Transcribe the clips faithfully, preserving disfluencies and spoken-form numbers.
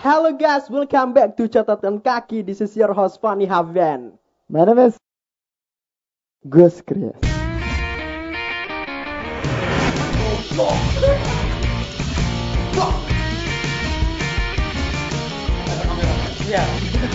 Hello guys, welcome back to Catatan Kaki. This is your host Fanny Haven. My name is Gus Kries. Ya.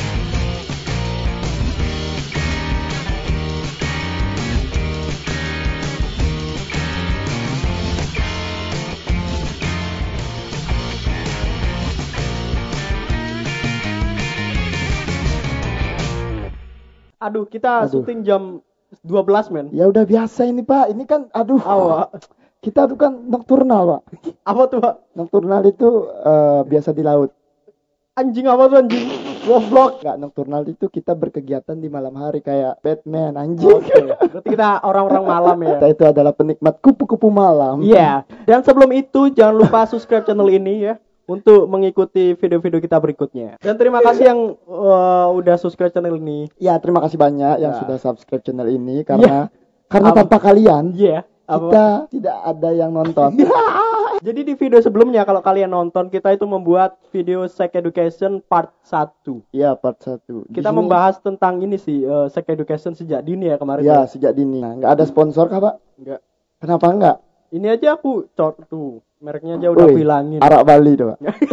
Aduh, kita Aduh. syuting jam dua belas, men. Ya udah biasa ini Pak. Ini kan aduh. Awak. Kita tuh kan nokturnal Pak. Apa tuh, Pak? Nocturnal itu eh, biasa di laut. Anjing apa tuh anjing? Goblok. Enggak, nocturnal itu kita berkegiatan di malam hari kayak Batman anjing. Oke. Berarti kita orang-orang malam ya. Kita itu adalah penikmat kupu-kupu malam. Iya. Dan sebelum itu jangan lupa subscribe channel ini ya untuk mengikuti video-video kita berikutnya. Dan terima kasih yang uh, udah subscribe channel ini. Ya, terima kasih banyak yang Ya. sudah subscribe channel ini karena Ya. karena Apa? tanpa kalian Iya. kita tidak ada yang nonton. Jadi di video sebelumnya kalau kalian nonton kita itu membuat video sex education part satu. Iya, part satu. Di Kita sini- membahas tentang ini sih uh, sex education sejak dini ya kemarin. Ya, sejak dini. Nah, nggak ada sponsor kah, Pak? Enggak. Kenapa enggak? Ini aja aku cot tuh. Mereknya aja udah Woi, bilangin. Arak Bali tuh, Pak.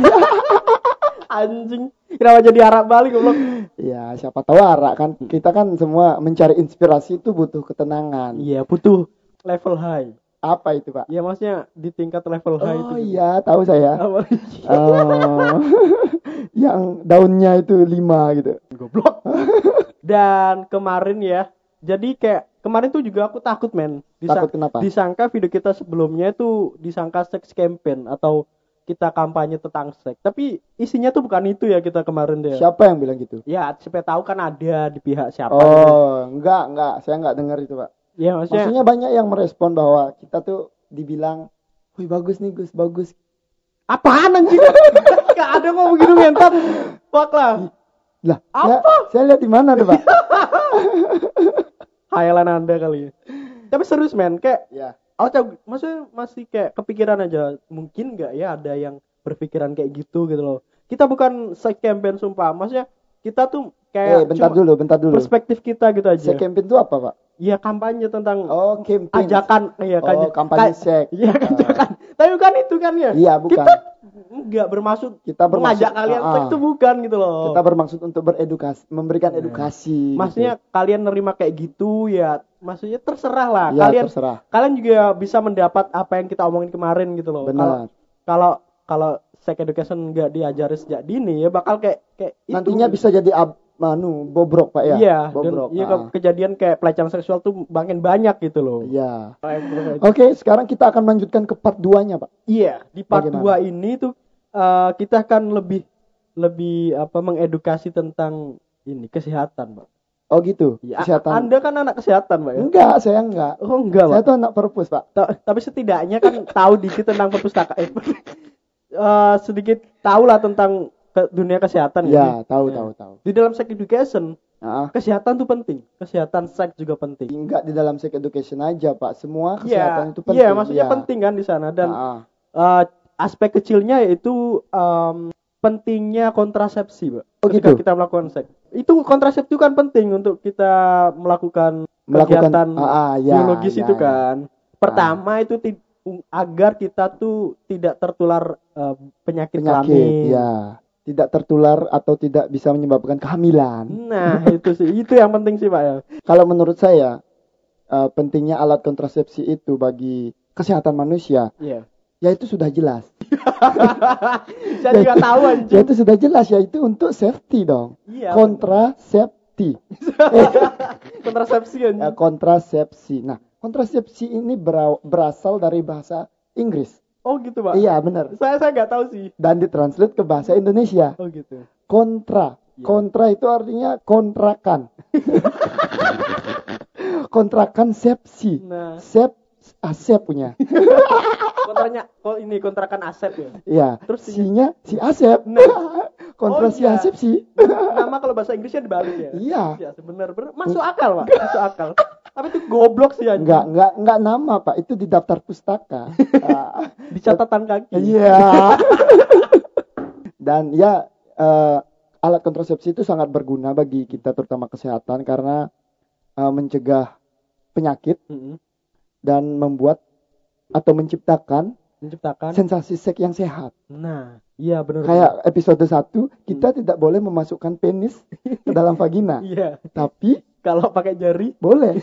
Anjing. Kenapa jadi Arab balik goblok? Ya, siapa tahu arak kan. Kita kan semua mencari inspirasi itu butuh ketenangan. Iya, butuh level high. Apa itu, Pak? Ya maksudnya di tingkat level high itu. Oh iya, tahu saya. Apa? Eh, yang daunnya itu lima gitu. Goblok. Dan kemarin ya. Jadi kayak kemarin tuh juga aku takut, men. Takut kenapa? Disangka video kita sebelumnya itu disangka sex campaign atau kita kampanye tentang seks. Tapi isinya tuh bukan itu ya kita kemarin deh. Siapa yang bilang gitu? Ya, supaya tahu kan ada di pihak siapa. gitu. Oh, enggak, enggak. Saya enggak dengar itu, Pak. Ya maksudnya, Maksudnya banyak yang merespon bahwa kita tuh dibilang, "Wih, bagus nih, Gus, bagus." apaan anjing? Gak ada ngomong begitu mentat. Fuck lah. Lah, Apa? Saya, saya lihat di mana tuh, Pak? Hayalan Anda kali ya. Tapi serius, men, kayak Ya. oh, cak, maksudnya masih kayak kepikiran aja. Mungkin nggak ya ada yang berpikiran kayak gitu gitu loh. Kita bukan sex campaign sumpah. Maksudnya kita tuh kayak Eh, bentar cuma dulu, bentar dulu. perspektif kita gitu aja. Sex campaign itu apa, Pak? Iya, kampanye tentang Oh, campaign. ajakan, iya kan. Oh, kampanye seks. Iya, ajakan. Tapi bukan itu kan ya. Iya, bukan. Kita nggak bermaksud Kita bermaksud- mengajak kalian Ah, seks ah. itu bukan gitu loh. Kita bermaksud untuk beredukasi, memberikan edukasi. Maksudnya kalian nerima kayak gitu ya, maksudnya terserah lah. gitu. Ya, kalian terserah. kalian juga bisa mendapat apa yang kita omongin kemarin gitu loh. Benar. Kalau kalau sex education nggak diajari sejak dini ya bakal kayak kayak itu. Nantinya bisa jadi ab, manu, bobrok, Pak ya. Iya, bobrok. dan iya Ah. ke- kejadian kayak pelecehan seksual tuh makin banyak gitu loh. Iya. Iya. Oke, sekarang kita akan melanjutkan ke part dua-nya, Pak. Iya, di part Bagaimana? dua ini tuh eh, kita akan lebih lebih apa mengedukasi tentang ini kesehatan, Pak. Oh gitu. Ya, Kesehatan. Anda kan anak kesehatan, Pak ya? Enggak, saya enggak. Oh, enggak, Saya Pak. tuh anak perpus, Pak. Ta- tapi setidaknya kan tahu dikit tentang perpustakaan. Eh, eh, sedikit tahu lah tentang ke- dunia kesehatan Ya, gitu. tahu, Ya. tahu, tahu. Di dalam sex education, Ah, kesehatan tuh penting. Kesehatan seks juga penting. enggak di dalam sex education aja, Pak. Semua Iya, kesehatan itu penting. iya, maksudnya Iya. penting kan di sana dan Ah, eh, aspek kecilnya yaitu em, pentingnya kontrasepsi, Pak. Oh, Ketika gitu? kita melakukan seks. Itu kontrasepsi kan penting untuk kita melakukan, Melakukan- kegiatan ah, ah, ya, biologis ya, itu ya. kan. Pertama itu ti- agar kita tuh tidak tertular eh, penyakit, penyakit, kelamin. ya. Tidak tertular atau tidak bisa menyebabkan kehamilan. Nah, itu sih itu yang penting sih, Pak ya. Kalau menurut saya, eh, pentingnya alat kontrasepsi itu bagi kesehatan manusia, Iya. ya itu sudah jelas. Saya juga tahu Ya anjing. itu sudah jelas, ya itu untuk safety dong. Iya. Kontrasepsi. Kontrasepsi anjing. Ya, kontrasepsi. Nah, kontrasepsi ini bera- berasal dari bahasa Inggris. Oh gitu, Pak. Iya, benar. Saya saya nggak tahu sih. Dan ditranslate ke bahasa Indonesia. Oh gitu. Kontra. Iya. Kontra itu artinya kontrakan. Kontrakan sepsi. Nah, Sep Asep punya. kontranya oh ini kontrakan Asep ya. Iya. Terus Si-nya si Asep. Nah. Kontra Oh, si iya. Asep sih. Nama kalau bahasa Inggrisnya dibalik ya. Iya. Ya, sebenarnya bener. Masuk akal, Pak. Masuk akal. Tapi itu goblok sih anjing. Enggak, enggak, enggak nama, Pak. Itu di daftar pustaka. Ah, Di catatan kaki. Iya. Dan ya uh, alat kontrasepsi itu sangat berguna bagi kita terutama kesehatan karena uh, mencegah penyakit Mm-mm. dan membuat atau menciptakan Menciptakan. sensasi seks yang sehat. Nah, iya benar. Kayak episode satu, kita tidak boleh memasukkan penis ke dalam vagina. Iya. Tapi Kalau pakai jari. boleh.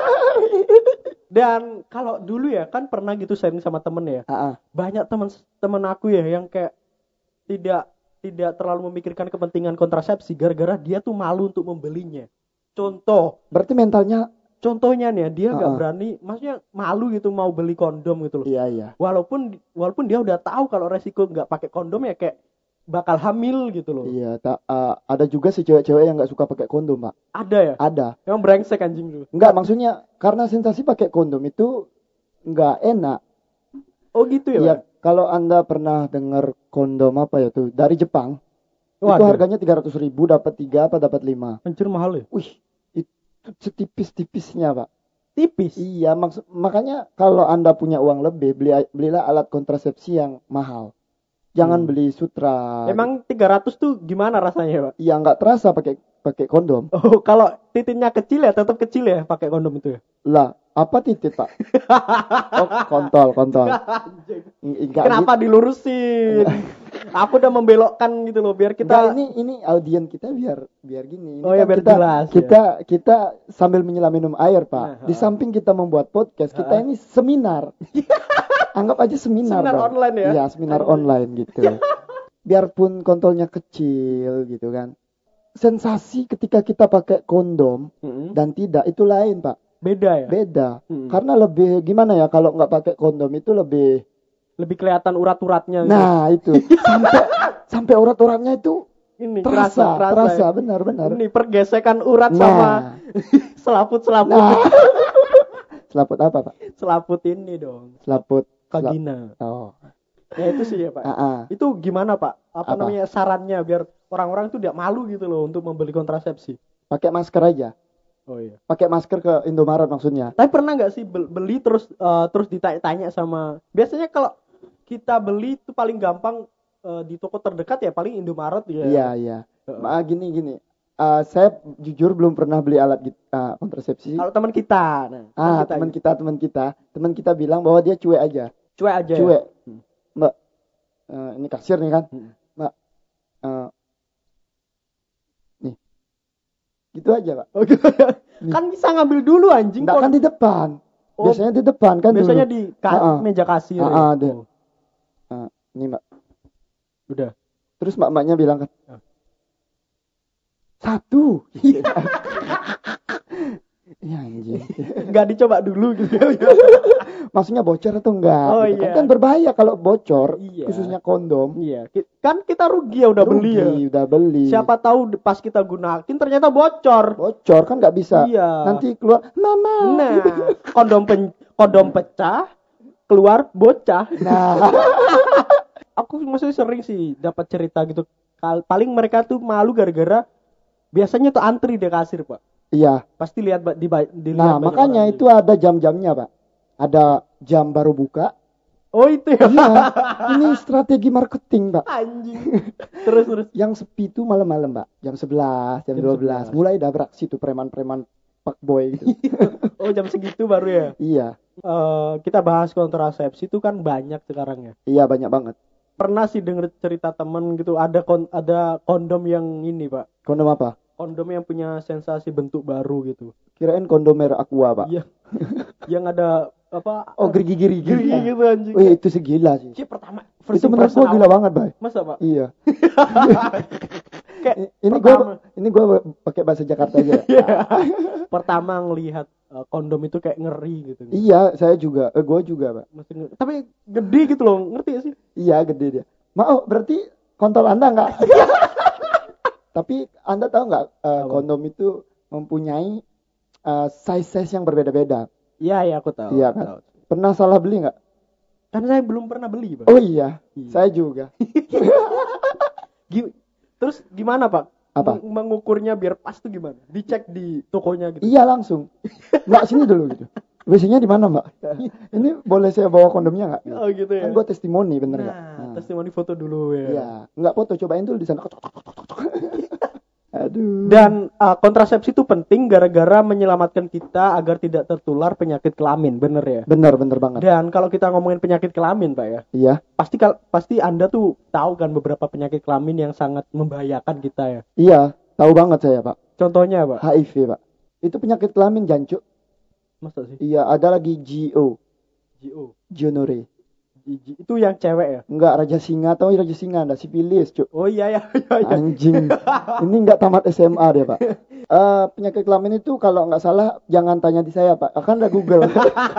Dan kalau dulu ya kan pernah gitu sharing sama temen ya. Ah, ah. Banyak teman-teman aku ya yang kayak tidak tidak terlalu memikirkan kepentingan kontrasepsi gara-gara dia tuh malu untuk membelinya. Contoh, Berarti mentalnya contohnya nih ya, dia nggak Uh-uh. berani, maksudnya malu gitu mau beli kondom gitu loh. iya iya. Walaupun walaupun dia udah tahu kalau resiko nggak pakai kondom ya kayak bakal hamil gitu loh. Iya, tak, uh, ada juga si cewek-cewek yang nggak suka pakai kondom, Pak. Ada ya? Ada. Emang brengsek anjing tuh. Enggak, maksudnya karena sensasi pakai kondom itu nggak enak. Oh gitu ya? Iya, Pak? kalau Anda pernah dengar kondom apa ya tuh dari Jepang, Oh, itu ada. harganya tiga ratus ribu dapat tiga apa dapat lima. Anjir mahal ya? Wih, itu setipis-tipisnya, Pak. Tipis. Iya, maksud makanya kalau Anda punya uang lebih, beli belilah alat kontrasepsi yang mahal. Jangan Hmm. beli Sutra. Emang tiga ratus tuh gimana rasanya, Pak? Iya, nggak terasa pakai pakai kondom. Oh, kalau titiknya kecil ya tetap kecil ya pakai kondom itu ya. Lah, apa titik, Pak? Oh, kontol, kontol. Anjing. Enggak Kenapa dilurusin? Aku udah membelokkan gitu loh biar Kita kita ini ini audien kita biar biar gini. Ini Oh ya, kan biar kita, jelas, ya. Kita kita sambil menyelam minum air, Pak. Nah, Di samping kita membuat podcast, kita Ha. ini seminar. Anggap aja seminar. Seminar Bang. online ya? Iya, seminar Anjing. online gitu. Biarpun kontolnya kecil gitu kan. Sensasi ketika kita pakai kondom Mm-mm. dan tidak itu lain, Pak. Beda ya? Beda. Mm. Karena lebih gimana ya kalau nggak pakai kondom itu lebih Lebih kelihatan urat-uratnya gitu. Nah, itu sampai sampai urat-uratnya itu Ini terasa, kerasa, terasa, ya. benar-benar. Ini pergesekan urat Nah. sama selaput-selaput. Nah, selaput apa, Pak? Selaput ini dong. Selaput selap- Vagina. Oh. Ya itu sih ya, Pak. Ah, ah. Itu gimana, Pak? Apa, Apa? namanya sarannya biar orang-orang tuh tidak malu gitu loh untuk membeli kontrasepsi. Pakai masker aja. Oh iya. Pakai masker ke Indomaret maksudnya. Tapi pernah nggak sih bel- beli terus eh, terus ditanya-tanya sama biasanya kalau kita beli itu paling gampang eh, di toko terdekat ya paling Indomaret ya. Iya, iya. Heeh. Ma, gini gini. Ah, saya jujur belum pernah beli alat git- ah, kontrasepsi. Kalau teman kita, nah, Ah, kita teman gitu. kita, teman kita, teman kita bilang bahwa dia cuek aja. cuek aja. ya? Cuek. Hmm. Mbak, eh, ini kasir nih kan. Hmm. Mbak, eh, nih. Gitu aja, Pak. Oh, gitu. Kan bisa ngambil dulu anjing. Enggak kok. kan di depan. Oh, Biasanya di depan kan biasanya dulu. di ka- Ah, ah. meja kasir. Ah, ya? ah, deh. Oh, Ah, ini, Mbak. udah. Terus mbak-mbaknya bilang kan, Ah. satu. Iya anjing. Nggak dicoba dulu gitu. Maksudnya bocor atau enggak? Oh, gitu kan. iya. Kan berbahaya kalau bocor, Iya. khususnya kondom. Iya, ki- kan kita rugi ya udah beli ya. Rugi, udah beli. Siapa tahu pas kita gunain ternyata bocor. Bocor kan nggak bisa. Iya. Nanti keluar, mama. Nah, kondom pen- kondom pecah, keluar bocah. Nah, Aku maksudnya sering sih dapat cerita gitu. Kal- paling mereka tuh malu gara-gara biasanya tuh antri di kasir, Pak. iya. Pasti lihat ba- di dilihat Nah, banyak makanya orang. itu ada jam-jamnya, Pak. Ada jam baru buka. Oh, itu ya. Iya. Ini strategi marketing, Pak. Anjing. Terus terus. Yang sepi itu malam-malam, Pak. Jam sebelas, jam Jam dua belas. sebelas. Mulai dah beraksi tuh preman-preman fuckboy gitu. Oh, jam segitu baru ya. Iya. Eh, kita bahas kontrasepsi itu kan banyak sekarang ya. Iya, banyak banget. Pernah sih denger cerita temen gitu ada kon- ada kondom yang ini, Pak. Kondom apa? Kondom yang punya sensasi bentuk baru gitu. Kirain kondom merek Aqua, Pak. Iya. Yang ada apa? Oh, gerigi-gerigi. Gigi gitu anjing. Wih, itu segila sih. Cip pertama. Itu menurut gua gila banget, Bay. Masa, Pak? Iya. Kayak I- ini pertama, gua ini gua pakai bahasa Jakarta aja. Iya. pertama ngelihat eh, kondom itu kayak ngeri gitu. Iya, saya juga. Eh, gua juga, Pak. Mesti ngeri. Tapi gede gitu loh, ngerti gak sih? Iya, gede dia. Mau, berarti kontol Anda enggak? Tapi Anda tahu nggak eh, Apa? kondom itu mempunyai eh, size-size yang berbeda-beda. Iya, iya aku tahu. Iya aku kan? tahu. Pernah salah beli nggak? Kan saya belum pernah beli, Pak. Oh iya, Iya. saya juga. Gi- Terus gimana, Pak? Apa? Meng- mengukurnya biar pas tuh gimana? Dicek di tokonya gitu. Iya langsung. Mbak sini dulu gitu. W C-nya di mana, Mbak? Ini boleh saya bawa kondomnya nggak? Oh gitu ya. Kan gua testimoni bener nggak? Nah, Nah. testimoni foto dulu ya. Iya, nggak foto, cobain dulu di sana. Aduh. Dan uh, kontrasepsi itu penting gara-gara menyelamatkan kita agar tidak tertular penyakit kelamin, bener ya? Bener, bener banget. Dan kalau kita ngomongin penyakit kelamin, Pak ya, Iya. pasti kal- pasti Anda tuh tahu kan beberapa penyakit kelamin yang sangat membahayakan kita ya. Iya, tahu banget saya, Pak. Contohnya, Pak? H I V, Pak. Itu penyakit kelamin, jancuk. Masa sih? Iya, ada lagi G O. G O. Gonorrhea. G- G- itu yang cewek ya? Enggak, raja singa, atau raja singa, ada sipilis, cuk. Oh iya ya, iya, iya. Anjing. Ini enggak tamat S M A deh, Pak. Eh, penyakit kelamin itu kalau nggak salah jangan tanya di saya, Pak. Akan ada Google.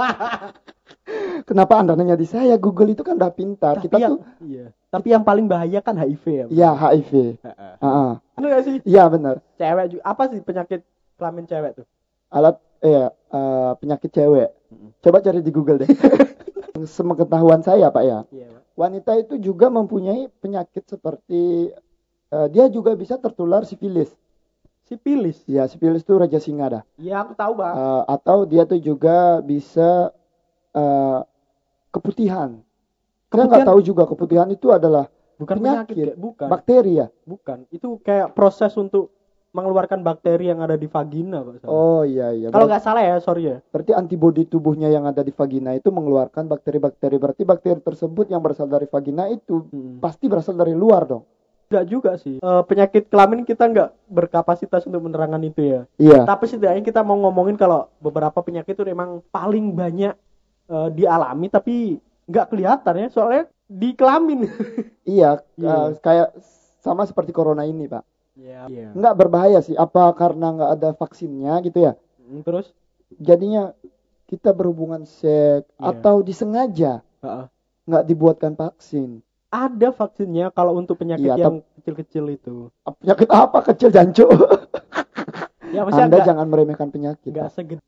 Kenapa Anda nanya di saya? Google itu kan udah pintar. Tapi Kita yang, tuh iya. Tapi yang paling bahaya kan H I V ya. Pak? ya H I V. Heeh. Heeh. Bener gak sih? Iya, benar. Cewek juga. Apa sih penyakit kelamin cewek tuh? Alat eh eh, penyakit cewek. Coba cari di Google deh. Sepengetahuan saya, Pak ya. Iya, Pak. Wanita itu juga mempunyai penyakit seperti eh, dia juga bisa tertular sifilis. Sipilis. Ya, sifilis itu raja singa dah. Iya, aku tahu, Pak. Eh, atau dia tuh juga bisa eh, keputihan. Saya Keputihan- nggak tahu juga keputihan itu adalah Bukan penyakit, penyakit, kayak- bukan. bakteri ya. Bukan. Itu kayak proses untuk mengeluarkan bakteri yang ada di vagina, Pak. Salah. Oh iya iya. Kalau Berarti, nggak salah ya, sorry ya. berarti antibodi tubuhnya yang ada di vagina itu mengeluarkan bakteri-bakteri. Berarti bakteri tersebut yang berasal dari vagina itu Hmm. pasti berasal dari luar dong. Enggak juga sih. Eh, penyakit kelamin kita nggak berkapasitas untuk menerangkan itu ya. Iya. Tapi setidaknya kita mau ngomongin kalau beberapa penyakit itu memang paling banyak eh, dialami tapi nggak kelihatan ya. Soalnya di kelamin. Iya. Iya. eh, kayak sama seperti corona ini, Pak. Iya. Iya. Nggak berbahaya sih. Apa karena nggak ada vaksinnya gitu ya? Hmm, Terus? Jadinya kita berhubungan seks Iya. atau disengaja Heeh. nggak dibuatkan vaksin. Ada vaksinnya kalau untuk penyakit Iya, yang kecil-kecil itu. Penyakit apa kecil, jancuk? Ya maksudnya Anda nggak jangan meremehkan penyakit. nggak Pak. segede.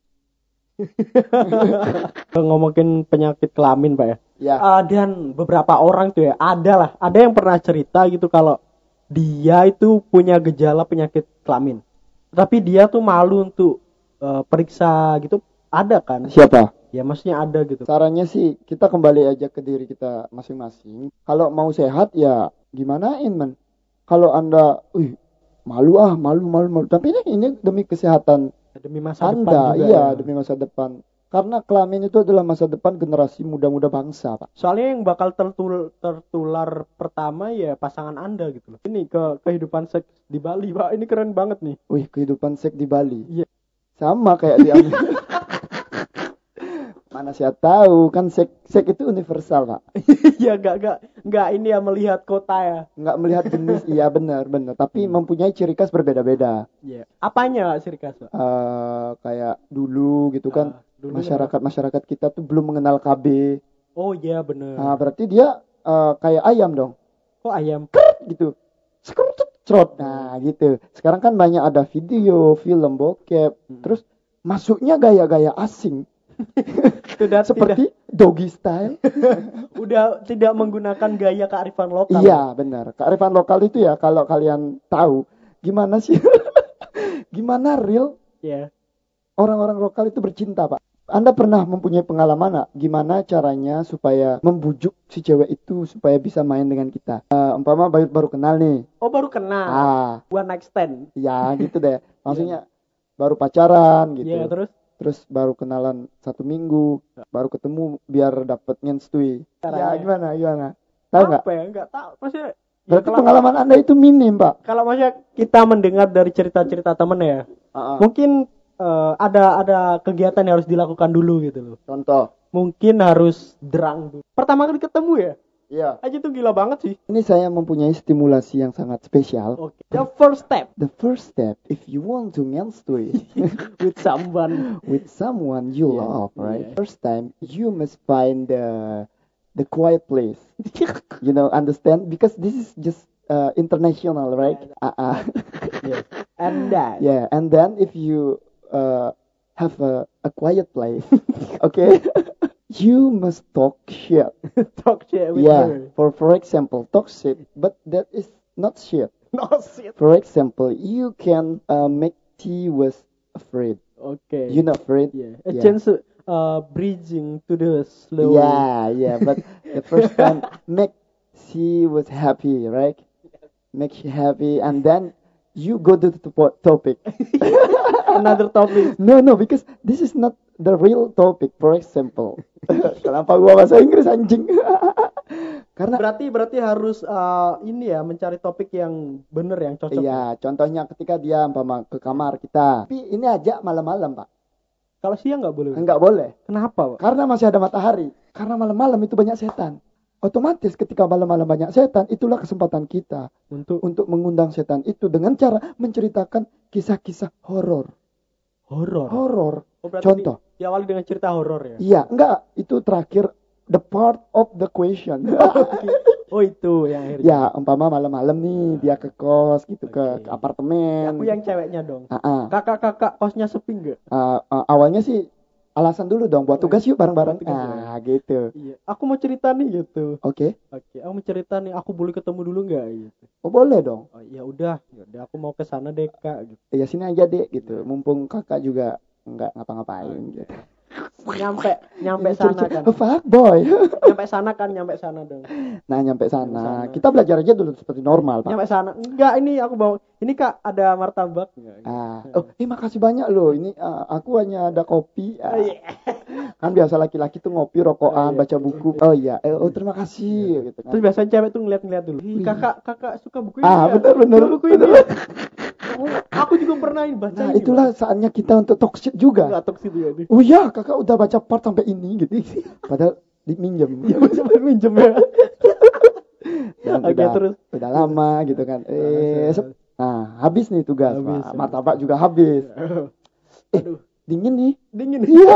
Ngomongin penyakit kelamin, Pak ya. Ya. Ah, dan beberapa orang tuh ya, ada lah, ada yang pernah cerita gitu kalau dia itu punya gejala penyakit kelamin. Tapi dia tuh malu untuk eh, periksa gitu. Ada kan? Siapa? Ya maksudnya ada gitu. Caranya sih kita kembali aja ke diri kita masing-masing. Kalau mau sehat ya gimanain, man. Kalau Anda, wih, malu ah, malu, malu, malu. Tapi ini, ini demi kesehatan Demi masa depan Anda, juga iya, ya. demi masa depan. Karena kelamin itu adalah masa depan generasi muda-muda bangsa, Pak. Soalnya yang bakal tertul- tertular pertama ya pasangan Anda gitu loh. Ini ke kehidupan seks di Bali, Pak. Ini keren banget nih. Wih, kehidupan seks di Bali. Iya. Sama kayak di Amerika. Mana saya tahu, kan seks seks itu universal, Pak. Iya, enggak enggak enggak ini ya melihat kota ya. Nggak melihat jenis, iya benar, benar. Tapi mempunyai ciri khas berbeda-beda. Iya. Apanya Sri Kas, Pak? Eh, kayak dulu gitu kan. Ah, dulu Masyarakat-masyarakat kita tuh belum mengenal K B. Oh iya bener. Nah, berarti dia eh, kayak ayam dong. Kok ayam? Gitu. Sekrutut, cerot. Nah, gitu. Sekarang kan banyak ada video, film bokep. Hmm. Terus masuknya gaya-gaya asing. Sudah Seperti doggy style. tidak, udah tidak menggunakan gaya kearifan lokal. Iya, benar. Kearifan lokal itu ya kalau kalian tahu gimana sih? Gimana real Iya. orang-orang lokal itu bercinta, Pak. Anda pernah mempunyai pengalaman nggak? Gimana caranya supaya membujuk si cewek itu supaya bisa main dengan kita? Eh, umpama baru baru kenal nih. Oh baru kenal. Ah, One night stand. ya gitu deh. Maksudnya baru pacaran gitu. Iya terus. Terus baru kenalan satu minggu, baru ketemu biar dapet ngenstui. Caranya. Ya gimana, gimana? Tahu nggak? Apa ya? Enggak tahu. Maksudnya. ya Berarti kalau, pengalaman Anda itu minim, Pak. kalau maksudnya kita mendengar dari cerita-cerita temen ya, Uh-uh. mungkin eh, ada ada kegiatan yang harus dilakukan dulu gitu loh. Contoh. Mungkin harus derang dulu. Pertama kali ketemu ya, Iya. aja tuh gila banget sih. Ini saya mempunyai stimulasi yang sangat spesial. Oke. The first step The first step, if you want to ngenstui with someone. with someone you Yeah, love, right? yeah. First time, you must find the the quiet place. You know, understand? Because this is just uh, international, right? Uh uh Yes. And that. Yeah, and then if you uh, have a, a quiet place, okay, you must talk shit. Talk shit with Yeah, her. for for example, talk shit, but that is not shit. No shit. For example, you can uh, make T was afraid. Okay. You not afraid? Yeah. A Yeah. chance to, uh bridging to the slow. Yeah, yeah. But the first time, make she was happy, right? Make you happy, and then you go to the to- topic. Another topic. No, no, because this is not the real topic. For example, kenapa gua bahasa Inggris anjing? Karena Berarti berarti harus eh, ini ya mencari topik yang bener yang cocok. iya, contohnya ketika dia umpama ke kamar kita. Tapi ini aja malam-malam, Pak. Kalau siang nggak boleh. Enggak boleh. Kenapa, Pak? Karena masih ada matahari. Karena malam-malam itu banyak setan. Otomatis ketika malam-malam banyak setan, itulah kesempatan kita Untuk untuk mengundang setan itu dengan cara menceritakan kisah-kisah horor. horor. Horor. Oh, berarti Contoh. Di, diawali dengan cerita horor ya. Iya, enggak, itu terakhir the part of the question. Oh itu yang akhirnya. Ya, umpama malam-malam nih dia ke kos gitu, ke, Oke. ke apartemen. Aku yang ceweknya dong. Ah, ah. Kakak-kakak kosnya sepi nggak? Ah, ah, awalnya sih alasan dulu dong buat tugas yuk bareng-bareng. Buat tugas Ah, gitu. Iya. Aku mau cerita nih gitu. Oke. Oke, aku mau cerita nih. Aku boleh ketemu dulu nggak? Gitu. Oh, boleh dong. Oh ya udah, ya udah aku mau ke sana deh kak. Gitu. Ya sini aja deh gitu. Mumpung kakak juga nggak ngapa-ngapain gitu. Nyampe, nyampe Ini sana ciri-ciri- kan. Oh, fuck boy. Nyampe sana kan, nyampe sana dong. Nah, nyampe Nyampe sana. sana. Kita belajar aja dulu seperti normal, Pak. Nyampe sana. Enggak, ini aku bawa. Ini kak ada martabak nggak? Ah, oh, eh makasih banyak loh. Ini ah, aku hanya ada kopi. Ah. Oh, iya. Kan biasa laki-laki tuh ngopi, rokokan, Oh, iya. baca buku. Oh iya, eh, oh terima kasih gitu kan. Terus biasanya cewek tuh ngeliat-ngeliat dulu. Ih, kakak, kakak suka buku ini. Ah, ya? benar, benar, Suka buku ini. benar. ya? Oh, aku juga pernah ini baca Nah, ini. itulah saatnya kita untuk talk shit juga. Enggak toksik juga nih. Oh iya, kakak udah baca part sampai ini gitu. Padahal diminjem. Ya cuma minjem ya. Dan Oke, udah, terus. udah lama gitu kan. Eh, sep- nah, habis nih tugas, Habis, Pak. habis. Martabak juga habis. Eh, Aduh, dingin nih. dingin. Iya.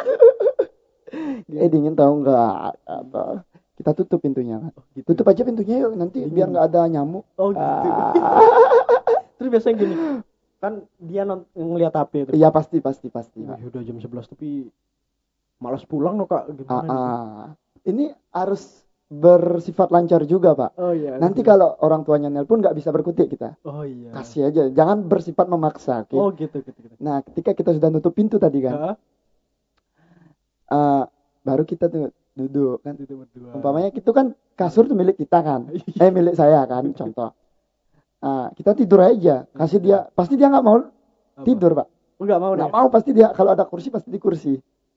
Eh, dingin tahu nggak? Apa? Kita tutup pintunya kan. Oh, gitu. Tutup aja pintunya yuk, nanti Dingin. biar nggak ada nyamuk. Oh gitu. Ah. Terus biasanya gini. Kan dia non- ngeliat H P terus. Iya pasti pasti pasti. Wih, Pak. udah jam sebelas tapi malas pulang loh kak. Ah, Gimana nih? ah. Ini harus bersifat lancar juga, Pak. Oh iya. Nanti kalau orang tuanya nelpon nggak bisa berkutik kita. Oh iya. Kasih aja, jangan bersifat memaksa. Oke? Oh gitu gitu gitu. Nah, ketika kita sudah nutup pintu tadi kan, Hah? eh, baru kita tuh duduk kan. Itu berdua. Umpamanya itu kan kasur tuh milik kita kan, eh milik saya kan, contoh. Ah, kita tidur aja, kasih dia, pasti dia nggak mau Apa? tidur, Pak. Enggak mau Nggak deh. mau, pasti dia kalau ada kursi pasti di kursi.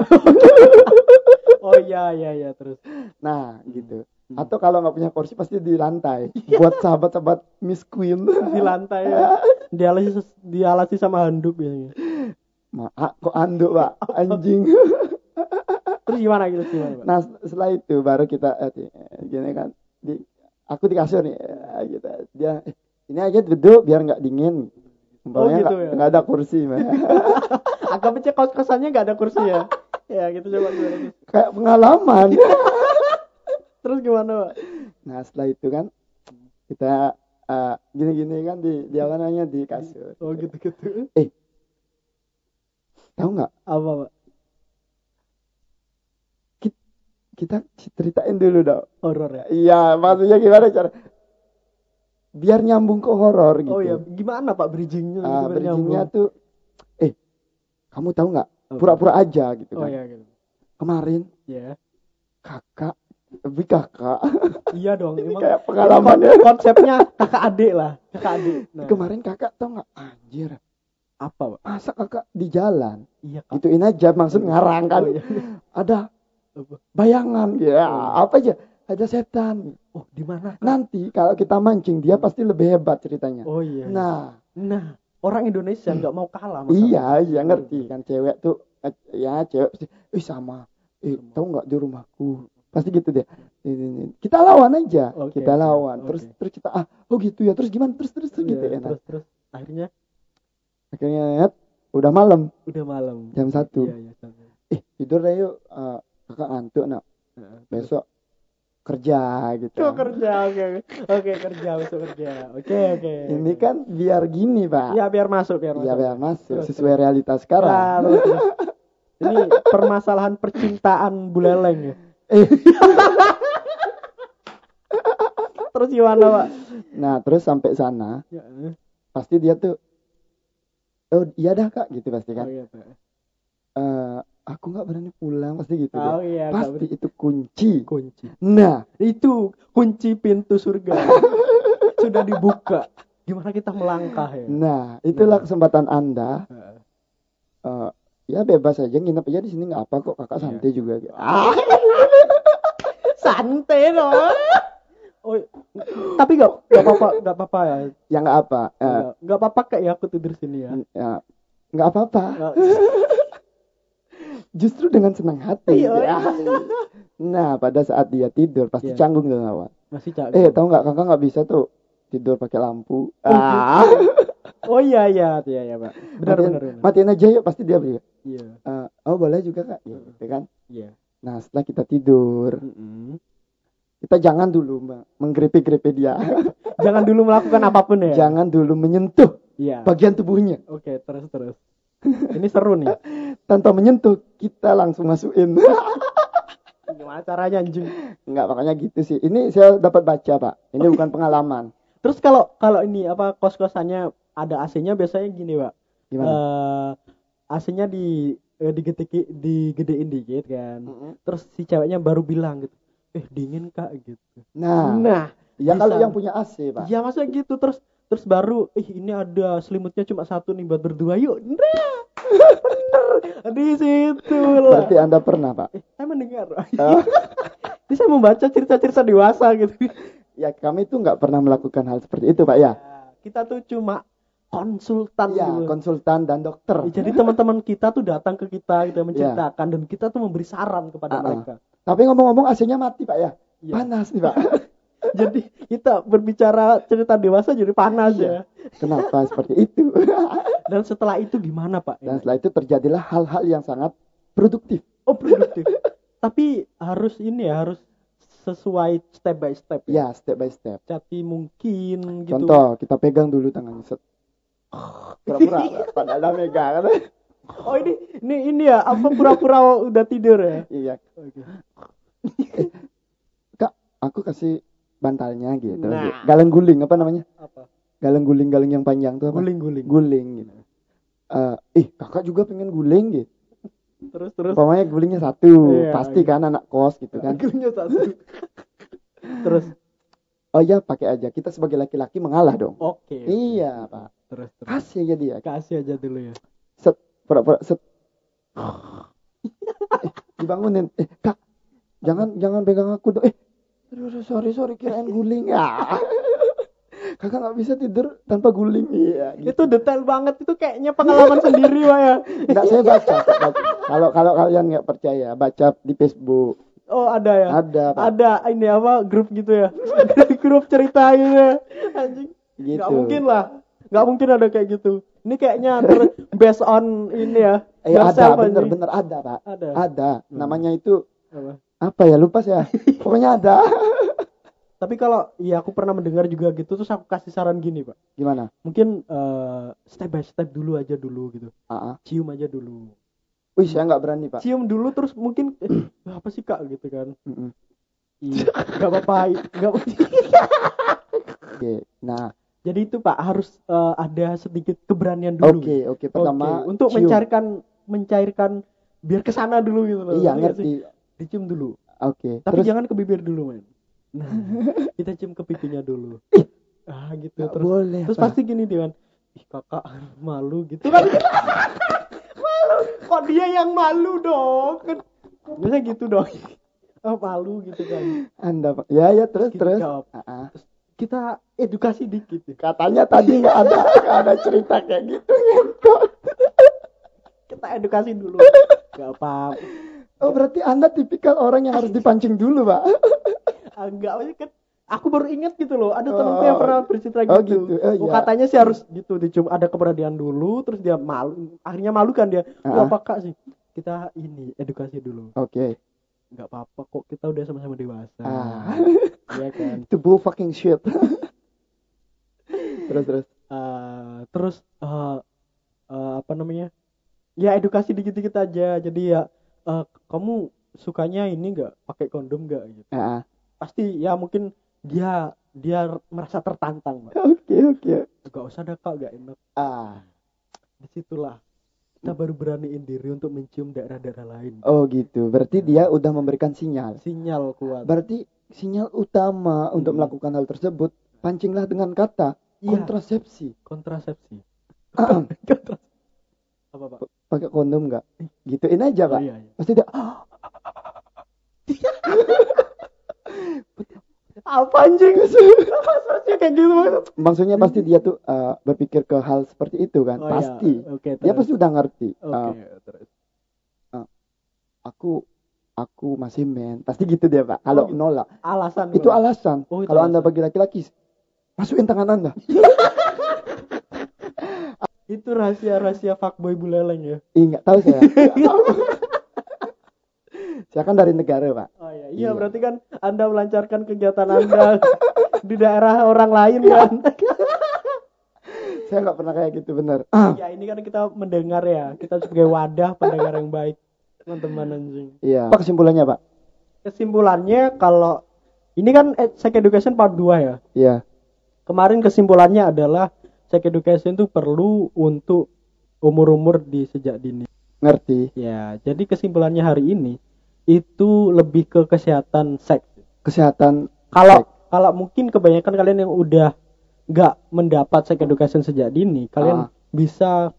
Oh iya iya iya terus. Nah, gitu. Hmm. Atau kalau nggak punya kursi pasti di lantai. Buat sahabat-sahabat Miss Queen. Di lantai ya. Dialasi dialasi sama handuk biasanya. Ma, ah, kok anduk, Pak? Anjing. Terus gimana gitu gimana, Pak? Nah, setelah itu baru kita eh, di- gini kan. Di, aku di kasur nih, eh, gitu. Dia eh, ini aja duduk biar nggak dingin. Umpamanya gitu nggak ya? nggak ada kursi, Pak. Anggapnya kos kosannya nggak ada kursi ya. Ya gitu coba gimana terus. Kayak pengalaman. Terus gimana, Pak? Nah, setelah itu kan kita eh, gini-gini kan di di apa namanya di kasur. Oh gitu gitu. Tahu nggak? Apa, Pak? Kita ceritain dulu dong. Horor ya. Iya, maksudnya gimana cara? Biar nyambung ke horor gitu. Oh ya, gimana Pak bridgingnya? Ah, Gimana bridgingnya nyambung? tuh, eh, kamu tahu nggak? Apa? Pura-pura aja gitu Oh kan. ya gitu. Kemarin Ya. kakak, lebih kakak. Iya dong. Ini Emang kayak pengalaman ini ya. kon- konsepnya kakak adik lah, kakak adik. Nah, Kemarin kakak tahu nggak? Anjir, apa, Pak? masa kakak di jalan? Iya, Kak. Gituin aja, maksud ngarang kan? Oh, iya. Ada Apa? bayangan, ya Oh. apa aja? Ada setan. Oh, di mana? Kak? Nanti kalau kita mancing dia pasti lebih hebat ceritanya. Oh iya. Nah, Nah, orang Indonesia nggak mau kalah sama iya, iya ngerti kan cewek tuh, eh, ya cewek pasti, eh sama, eh tahu nggak di rumahku, pasti gitu deh. Ini, ini. Kita lawan aja, Oke, kita oke, lawan. oke. Terus terus kita ah, oh gitu ya, terus gimana, terus terus, terus Iya, gitu ya. Nah, terus terus akhirnya akhirnya lihat, udah malam, udah malam. jam satu. Iya, iya, satu. Eh tidur deh yuk, Eh, kakak ngantuk nak, Heeh. besok kerja gitu. Oh, kerja, oke, oke. Oke, kerja, besok kerja. Oke, oke. Ini kan biar gini pak, Iya, biar masuk, biar masuk. ya biar masuk Terus, sesuai realitas Nah, sekarang. terus, terus. Ini permasalahan percintaan buleleng ya. Eh, Terus gimana, Pak? nah terus sampai sana, Ya, pasti dia tuh, oh iya dah kak gitu pasti oh, kan. iya, Pak. Eh, aku nggak berani pulang pasti gitu Oh deh. iya, nggak Pasti berani. itu kunci. Kunci. Nah, Itu kunci pintu surga. Sudah dibuka. Gimana kita melangkah ya? nah itulah Nah. kesempatan Anda. Heeh. Eh, ya bebas aja nginep aja di sini nggak apa kok, kakak Iya. santai juga. Gitu. Santai loh. Oh, tapi nggak nggak apa-apa nggak apa-apa ya. Ya nggak apa. Eh, Nggak nggak apa-apa kayak aku tidur sini ya. ya, nggak apa-apa. Nggak- Justru dengan senang hati. Iya. Ya. Nah, pada saat dia tidur pasti Iya. canggung tuh awal. Masih cak. Eh, tahu nggak kakak nggak bisa tuh tidur pakai lampu. Oh, Ah. Oh iya iya iya ya Pak. Benar matiin, benar benar. matiin aja yuk pasti dia beli. Iya. Eh, oh boleh juga kak, ya, gitu kan. Iya. Nah setelah kita tidur, Mm-mm. kita jangan dulu me- menggrepe-grepe dia. Jangan dulu melakukan apapun ya. Jangan dulu menyentuh Iya. bagian tubuhnya. Oke, terus terus. Ini seru nih. Tanpa menyentuh, kita langsung masukin. Gimana caranya anjing? Enggak, makanya gitu sih. Ini saya dapat baca pak. Ini bukan pengalaman. Terus kalau kalau ini apa kos-kosannya ada A C-nya biasanya gini, Pak. Gimana? Eh A C-nya di eh, digedeki, digedein dikit kan. Mm-mm. Terus si ceweknya baru bilang gitu. Eh, dingin Kak gitu. Nah, Nah, ya bisa. kalau yang punya A C pak. Ya masa gitu terus terus baru eh ini ada selimutnya cuma satu nih buat berdua yuk. Nah, bener di situ lah. Berarti anda pernah pak? Eh, saya mendengar. Oh. Ini saya membaca cerita-cerita dewasa gitu. Ya kami tuh nggak pernah melakukan hal seperti itu pak ya. Kita tuh cuma konsultan Ya gitu. konsultan dan dokter. Ya, jadi teman-teman kita tuh datang ke kita gitu menceritakan dan kita tuh memberi saran kepada Uh-uh. mereka. Tapi ngomong-ngomong A C-nya mati pak ya. Iya. Panas nih pak. Jadi kita berbicara cerita dewasa jadi panas Iya. ya. Kenapa seperti itu? Dan setelah itu gimana Pak? Dan setelah itu terjadilah hal-hal yang sangat produktif. Oh produktif. Tapi harus ini ya harus sesuai step by step Ya, step by step. Jadi mungkin gitu. Contoh, kita pegang dulu tangannya. Set. Pura-pura, padahal udah megang. Oh ini ini ini ya apa pura-pura udah tidur ya? Iya. Oke. Eh, Kak, aku kasih bantalnya gitu. Nah. Galeng guling apa namanya? Apa? Galeng guling-galeng yang panjang tuh apa? Guling-guling. Guling gitu. Eh, ih, kakak juga pengen guling gitu. Terus terus. Umpamanya gulingnya satu, Iya, pasti iya. kan anak kos gitu kan. Gulingnya satu. Terus. Oh ya, pakai aja. Kita sebagai laki-laki mengalah dong. Oke. Iya, Pak. Terus terus. Kasih aja dia. Kasih aja dulu ya. Set, pura-pura set. eh, dibangunin. Eh, Kak, jangan jangan pegang aku dong. Eh, aduh, sorry sorry kirain guling ya. Kakak nggak bisa tidur tanpa guling. Iya. Gitu. Itu detail banget itu kayaknya pengalaman sendiri Pak ya. Nggak, saya baca. baca. Kalau kalau kalian nggak percaya, baca di Facebook. Oh ada ya. Ada, Pak. Ada ini apa grup gitu ya. Grup cerita gitu ya. Anjing. Gitu. Nggak mungkin lah. Nggak mungkin ada kayak gitu. Ini kayaknya ter- based on ini ya. Eh, ada, yourself, anjing. bener-bener ada, Pak. Ada. Ada. Hmm. Namanya itu Apa? apa ya? Lupa saya. Pokoknya ada. Tapi kalau iya aku pernah mendengar juga gitu terus aku kasih saran gini Pak. Gimana? Mungkin eh, step by step dulu aja dulu gitu. Ah, ah. Cium aja dulu. Wih, saya nggak berani, Pak. Cium dulu terus mungkin eh, apa sih Kak gitu kan. Mm-mm. Iya, enggak apa-apa. Enggak Oke. Nah, Jadi itu Pak harus eh, ada sedikit keberanian dulu. oke, oke. Pertama, Oke, untuk cium. mencairkan mencairkan biar kesana dulu gitu loh. Iya, Ngerti nggak sih? ngerti. Dicium dulu. Oke. Tapi Terus jangan ke bibir dulu, men. Nah, kita cium ke pipinya dulu. Ah, gitu. nggak Terus boleh, terus Pak. pasti gini dia kan. Ih, kakak malu gitu kan. Malu. Kok dia yang malu dong? Kan biasanya gitu dong. Oh, malu gitu kan. Anda, Pak. Ya, ya, terus, Terus terus. kita jawab. Ah, ah. Terus kita edukasi dikit. Katanya tadi nggak ada, nggak ada cerita kayak gitu. Kita edukasi dulu. Gak apa-apa. Oh, berarti Anda tipikal orang yang harus dipancing dulu, Pak. Enggak, maksudnya kan aku baru ingat gitu loh. Ada Oh. temanku yang pernah bercerita gitu. Oh, gitu. Oh, Oh, iya. katanya sih harus gitu dicium ada keberanian dulu, terus dia malu. Akhirnya malu kan dia. Ah. Wah, apa Kak sih? Kita ini edukasi dulu. Oke. Enggak apa-apa kok, kita udah sama-sama dewasa. Ah. Iya kan. Itu bull fucking shit. Terus, terus. Eh, terus eh, eh, apa namanya? Ya edukasi dikit-dikit aja. Jadi ya eh, kamu sukanya ini enggak pakai kondom enggak gitu. Ah, ah. Pasti ya mungkin dia dia merasa tertantang Pak. Oke, oke. Gak usah ada Kak, gak enak. Ah. Disitulah kita baru beraniin diri untuk mencium daerah-daerah lain. Oh gitu. Berarti dia udah memberikan sinyal. Sinyal kuat. Berarti sinyal utama Hmm. untuk melakukan hal tersebut, pancinglah dengan kata Iya. kontrasepsi. Kontrasepsi. Kontrasepsi. Apa Pak? Pakai kondom nggak? Gituin aja Oh, Pak. iya, iya. Pasti dia Apa anjing? Maksudnya kayak gitu banget. maksudnya pasti dia tuh uh, berpikir ke hal seperti itu kan. Oh, Pasti. iya. Oke, Dia terus. pasti udah ngerti. Oke, Uh, terus. aku aku masih men. Pasti gitu dia Pak. Kalau Oh, gitu. nolak. Alasan. Itu Bang. alasan. Oh, itu Kalau Anda alasan. bagi laki-laki, masukin tangan Anda. Itu rahasia-rahasia fuckboy buleleng ya. Ih, nggak tahu saya. Saya kan dari negara Pak. Oh iya, iya, Iya. berarti kan Anda melancarkan kegiatan Anda di daerah orang lain kan. Saya nggak pernah kayak gitu bener. Ya ini kan kita mendengar ya, kita sebagai wadah pendengar yang baik, teman-teman anjing. Iya. Apa kesimpulannya Pak? Kesimpulannya kalau ini kan eh, sex education part dua ya. Iya. Kemarin kesimpulannya adalah sex education itu perlu untuk umur-umur di sejak dini. Ngerti. Ya, jadi kesimpulannya hari ini itu lebih ke kesehatan seks. Kesehatan. Kalau kalau mungkin kebanyakan kalian yang udah nggak mendapat sex education sejak dini, kalian Ah. bisa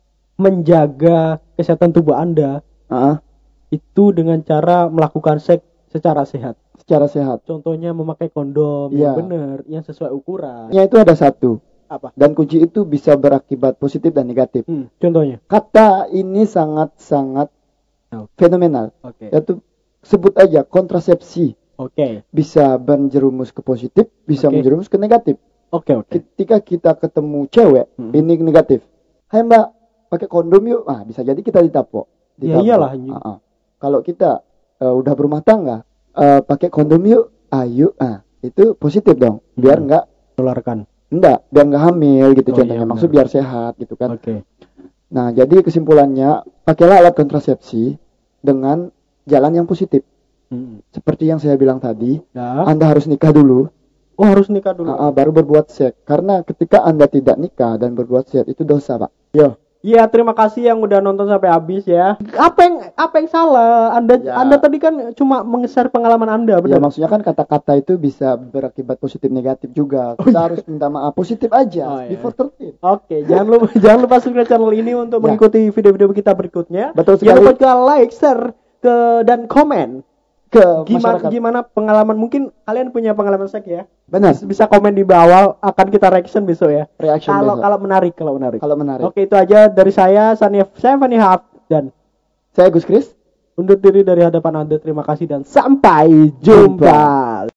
menjaga kesehatan tubuh Anda Ah, itu dengan cara melakukan seks secara sehat. secara sehat. Contohnya memakai kondom yang Iya. benar, yang sesuai ukuran. Ya itu ada satu. Apa? Dan kunci itu bisa berakibat positif dan negatif. Hmm, contohnya. Kata ini sangat-sangat Oh. fenomenal. Oke. Yaitu sebut aja kontrasepsi. Oke. Bisa menjerumus ke positif, bisa Oke. menjerumus ke negatif. Oke, oke. Ketika kita ketemu cewek, Hmm. ini negatif. Hai Mbak, pakai kondom yuk. Ah, bisa jadi kita ditapok. Ya Ditapok. iyalah, anjing. Ah, ah. Kalau kita eh, udah berumah tangga, eh, pakai kondom yuk. Ayo, ah, itu positif dong. Biar Hmm. nggak Tularkan. enggak, biar nggak hamil gitu Oh, contohnya. iya, Maksud benar. biar sehat gitu kan. Oke. Nah, jadi kesimpulannya, pakailah alat kontrasepsi dengan jalan yang positif. Hmm. Seperti yang saya bilang tadi, Nah, Anda harus nikah dulu, oh harus nikah dulu. ah, ah, baru berbuat seks. Karena ketika Anda tidak nikah dan berbuat seks, itu dosa, Pak. Yo. Iya, terima kasih yang udah nonton sampai habis ya. Apa yang apa yang salah? Anda Ya. Anda tadi kan cuma meng-share pengalaman Anda, Ya, benar? maksudnya kan kata-kata itu bisa berakibat positif negatif juga. Kita harus minta maaf positif aja. Oh, iya. Before thirteen. Oke, jangan lupa jangan lupa subscribe channel ini untuk Ya. mengikuti video-video kita berikutnya. Betul Jangan sekali. lupa juga like, share ke dan komen. Ke Gimana masyarakat. gimana pengalaman, mungkin kalian punya pengalaman seks ya? Benar. Bisa komen di bawah, akan kita reaction besok ya. Reaction Kalau besok. kalau menarik, kalau menarik. Kalau menarik. Oke, itu aja dari saya, Sanif, saya Fanny Haf, dan Saya Gus Kris. undur diri dari hadapan Anda. Terima kasih dan sampai jumpa.